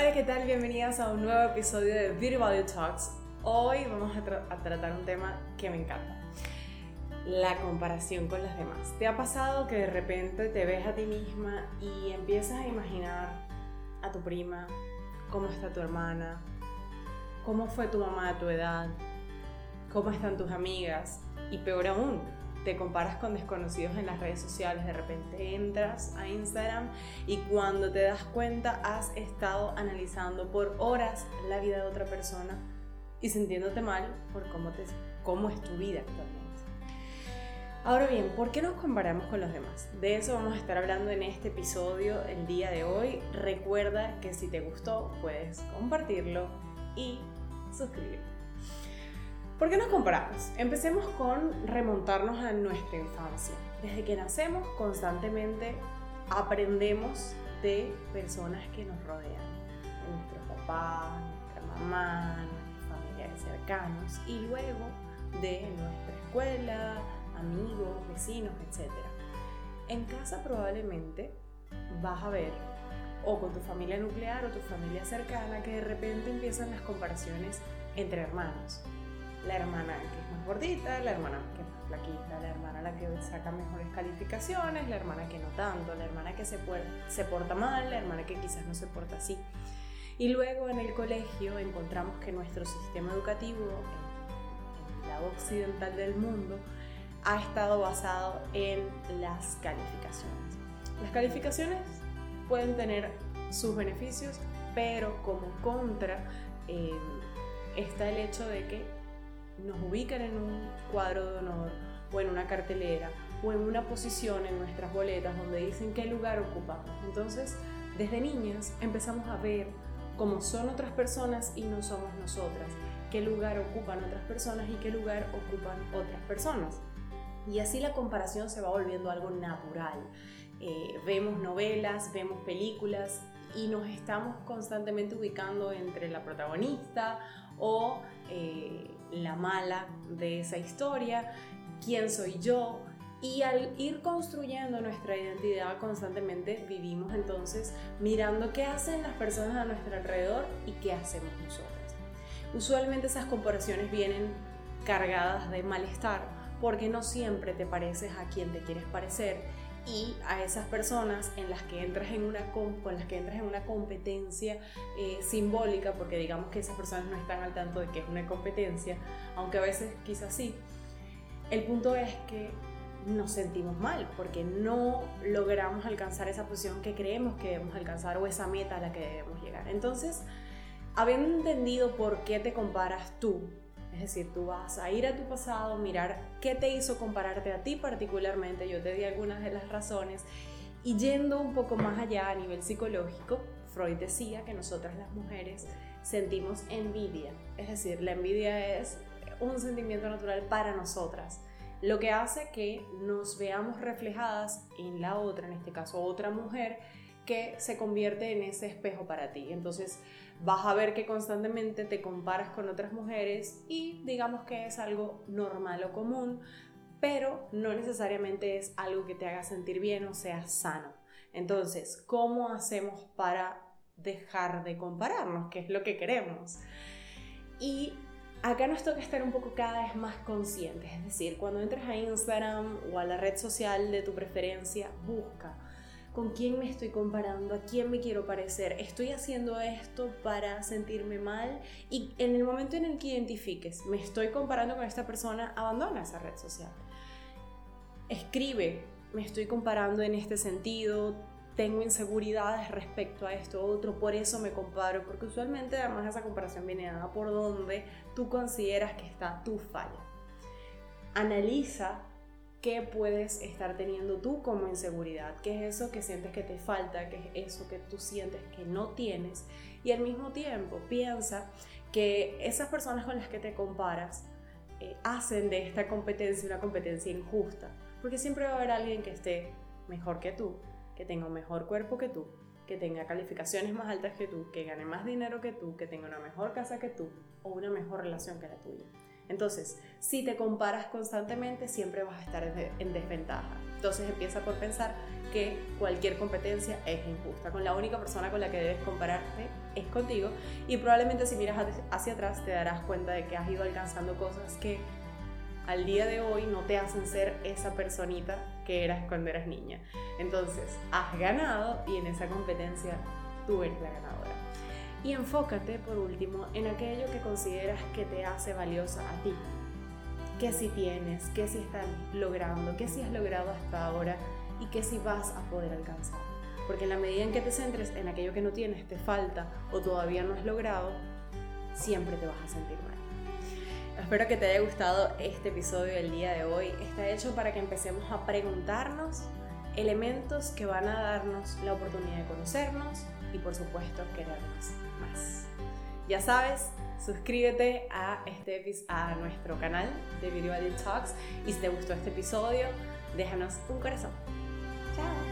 Hola, ¿qué tal? Bienvenidas a un nuevo episodio de Beauty Value Talks. Hoy vamos a tratar un tema que me encanta: la comparación con las demás. ¿Te ha pasado que de repente te ves a ti misma y empiezas a imaginar a tu prima, cómo está tu hermana, cómo fue tu mamá a tu edad, cómo están tus amigas? Y peor aún, te comparas con desconocidos en las redes sociales. De repente entras a Instagram y cuando te das cuenta has estado analizando por horas la vida de otra persona y sintiéndote mal por cómo es tu vida actualmente. Ahora bien, ¿por qué nos comparamos con los demás? De eso vamos a estar hablando en este episodio el día de hoy. Recuerda que si te gustó puedes compartirlo y suscribirte. ¿Por qué nos comparamos? Empecemos con remontarnos a nuestra infancia. Desde que nacemos, constantemente aprendemos de personas que nos rodean, de nuestro papá, nuestra mamá, nuestros familiares cercanos, y luego de nuestra escuela, amigos, vecinos, etc. En casa probablemente vas a ver, o con tu familia nuclear o tu familia cercana, que de repente empiezan las comparaciones entre hermanos. La hermana que es más gordita, la hermana que es más flaquita, la hermana la que saca mejores calificaciones, la hermana que no tanto, la hermana que se porta mal, la hermana que quizás no se porta así. Y luego en el colegio encontramos que nuestro sistema educativo, en el lado occidental del mundo, ha estado basado en las calificaciones. Las calificaciones pueden tener sus beneficios, pero como contra está el hecho de que nos ubican en un cuadro de honor o en una cartelera o en una posición en nuestras boletas donde dicen qué lugar ocupamos. Entonces, desde niñas empezamos a ver cómo son otras personas y no somos nosotras, qué lugar ocupan otras personas y qué lugar ocupan otras personas. Y así la comparación se va volviendo algo natural. Vemos novelas, vemos películas y nos estamos constantemente ubicando entre la protagonista o la mala de esa historia, quién soy yo. Y al ir construyendo nuestra identidad constantemente vivimos entonces mirando qué hacen las personas a nuestro alrededor y qué hacemos nosotras. Usualmente esas comparaciones vienen cargadas de malestar porque no siempre te pareces a quien te quieres parecer, y a esas personas con las que entras en una competencia simbólica, porque digamos que esas personas no están al tanto de que es una competencia, aunque a veces quizás sí. El punto es que nos sentimos mal porque no logramos alcanzar esa posición que creemos que debemos alcanzar o esa meta a la que debemos llegar. Entonces, habiendo entendido por qué te comparas tú, es decir, tú vas a ir a tu pasado, mirar qué te hizo compararte a ti particularmente. Yo te di algunas de las razones, y yendo un poco más allá a nivel psicológico, Freud decía que nosotras las mujeres sentimos envidia. Es decir, la envidia es un sentimiento natural para nosotras, lo que hace que nos veamos reflejadas en la otra, en este caso otra mujer, que se convierte en ese espejo para ti. Entonces vas a ver que constantemente te comparas con otras mujeres y digamos que es algo normal o común, pero no necesariamente es algo que te haga sentir bien o sea sano. Entonces, ¿cómo hacemos para dejar de compararnos? ¿Qué es lo que queremos? Y acá nos toca estar un poco cada vez más conscientes. Es decir, cuando entres a Instagram o a la red social de tu preferencia, busca ¿con quién me estoy comparando? ¿A quién me quiero parecer? ¿Estoy haciendo esto para sentirme mal? Y en el momento en el que identifiques, me estoy comparando con esta persona, abandona esa red social. Escribe, me estoy comparando en este sentido, tengo inseguridades respecto a esto otro, por eso me comparo, porque usualmente además esa comparación viene dada por donde tú consideras que está tu falla. Analiza ¿qué puedes estar teniendo tú como inseguridad? ¿Qué es eso que sientes que te falta? ¿Qué es eso que tú sientes que no tienes? Y al mismo tiempo piensa que esas personas con las que te comparas hacen de esta competencia una competencia injusta, porque siempre va a haber alguien que esté mejor que tú, que tenga un mejor cuerpo que tú, que tenga calificaciones más altas que tú, que gane más dinero que tú, que tenga una mejor casa que tú o una mejor relación que la tuya. Entonces, si te comparas constantemente, siempre vas a estar en desventaja. Entonces empieza por pensar que cualquier competencia es injusta. Con la única persona con la que debes compararte es contigo, y probablemente si miras hacia atrás te darás cuenta de que has ido alcanzando cosas que al día de hoy no te hacen ser esa personita que eras cuando eras niña. Entonces, has ganado y en esa competencia tú eres la ganadora. Y enfócate, por último, en aquello que consideras que te hace valiosa a ti. ¿Qué sí tienes? ¿Qué sí estás logrando? ¿Qué sí has logrado hasta ahora? ¿Y qué sí vas a poder alcanzar? Porque en la medida en que te centres en aquello que no tienes, te falta o todavía no has logrado, siempre te vas a sentir mal. Espero que te haya gustado este episodio del día de hoy. Está hecho para que empecemos a preguntarnos elementos que van a darnos la oportunidad de conocernos y, por supuesto, querernos más. Ya sabes, suscríbete a nuestro canal de Beauty Value Talks, y si te gustó este episodio, déjanos un corazón. ¡Chao!